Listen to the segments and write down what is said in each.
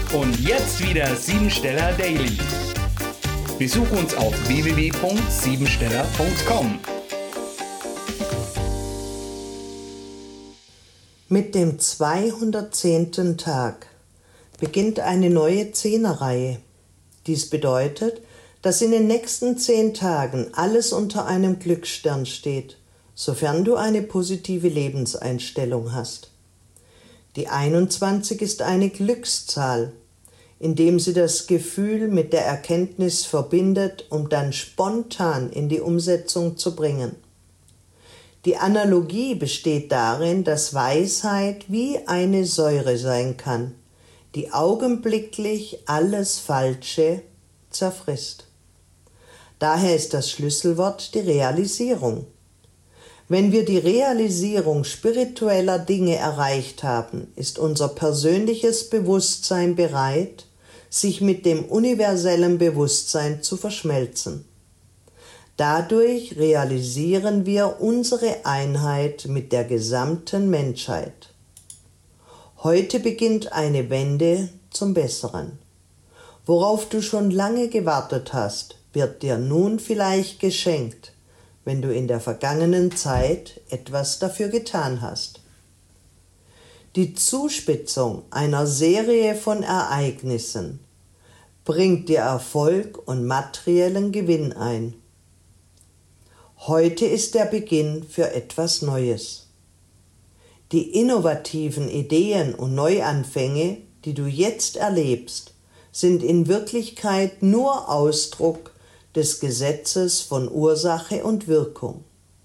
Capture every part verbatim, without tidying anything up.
Und jetzt wieder Siebensteller Daily. Besuch uns auf w w w punkt siebensteller punkt com. Mit dem zweihundertzehnten Tag beginnt eine neue Zehnerreihe. Dies bedeutet, dass in den nächsten zehn Tagen alles unter einem Glücksstern steht, sofern du eine positive Lebenseinstellung hast. Die einundzwanzig ist eine Glückszahl, indem sie das Gefühl mit der Erkenntnis verbindet, um dann spontan in die Umsetzung zu bringen. Die Analogie besteht darin, dass Weisheit wie eine Säure sein kann, die augenblicklich alles Falsche zerfrisst. Daher ist das Schlüsselwort die Realisierung. Wenn wir die Realisierung spiritueller Dinge erreicht haben, ist unser persönliches Bewusstsein bereit, sich mit dem universellen Bewusstsein zu verschmelzen. Dadurch realisieren wir unsere Einheit mit der gesamten Menschheit. Heute beginnt eine Wende zum Besseren. Worauf du schon lange gewartet hast, wird dir nun vielleicht geschenkt, wenn du in der vergangenen Zeit etwas dafür getan hast. Die Zuspitzung einer Serie von Ereignissen bringt dir Erfolg und materiellen Gewinn ein. Heute ist der Beginn für etwas Neues. Die innovativen Ideen und Neuanfänge, die du jetzt erlebst, sind in Wirklichkeit nur Ausdruck des Gesetzes von Ursache und Wirkung.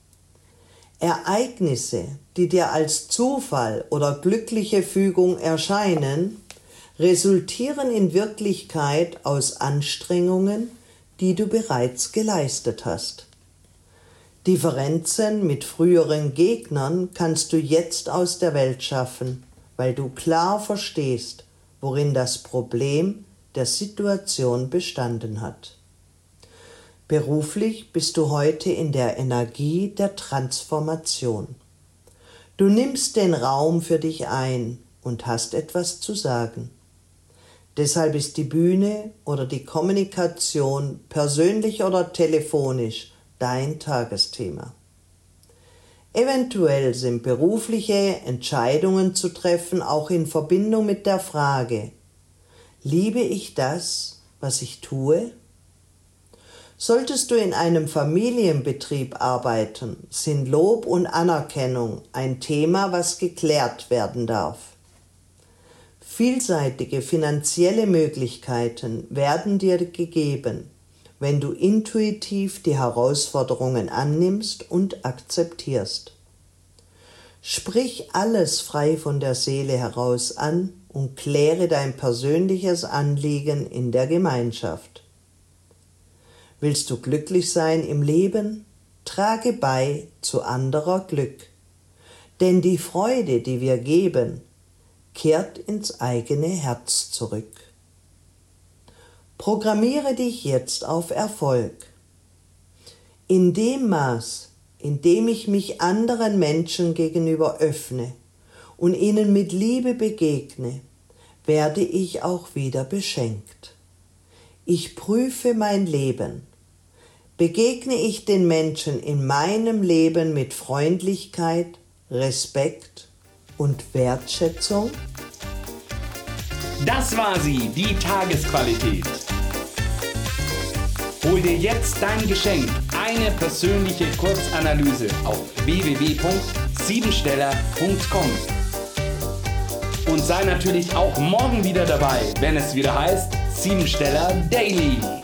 Ereignisse, die dir als Zufall oder glückliche Fügung erscheinen, resultieren in Wirklichkeit aus Anstrengungen, die du bereits geleistet hast. Differenzen mit früheren Gegnern kannst du jetzt aus der Welt schaffen, weil du klar verstehst, worin das Problem der Situation bestanden hat. Beruflich bist du heute in der Energie der Transformation. Du nimmst den Raum für dich ein und hast etwas zu sagen. Deshalb ist die Bühne oder die Kommunikation, persönlich oder telefonisch, dein Tagesthema. Eventuell sind berufliche Entscheidungen zu treffen, auch in Verbindung mit der Frage: Liebe ich das, was ich tue? Solltest du in einem Familienbetrieb arbeiten, sind Lob und Anerkennung ein Thema, was geklärt werden darf. Vielseitige finanzielle Möglichkeiten werden dir gegeben, wenn du intuitiv die Herausforderungen annimmst und akzeptierst. Sprich alles frei von der Seele heraus an und kläre dein persönliches Anliegen in der Gemeinschaft. Willst du glücklich sein im Leben? Trage bei zu anderer Glück. Denn die Freude, die wir geben, kehrt ins eigene Herz zurück. Programmiere dich jetzt auf Erfolg. In dem Maß, in dem ich mich anderen Menschen gegenüber öffne und ihnen mit Liebe begegne, werde ich auch wieder beschenkt. Ich prüfe mein Leben. Begegne ich den Menschen in meinem Leben mit Freundlichkeit, Respekt und Wertschätzung? Das war sie, die Tagesqualität. Hol dir jetzt dein Geschenk, eine persönliche Kurzanalyse auf w w w punkt siebensteller punkt com. Und sei natürlich auch morgen wieder dabei, wenn es wieder heißt Siebensteller Daily.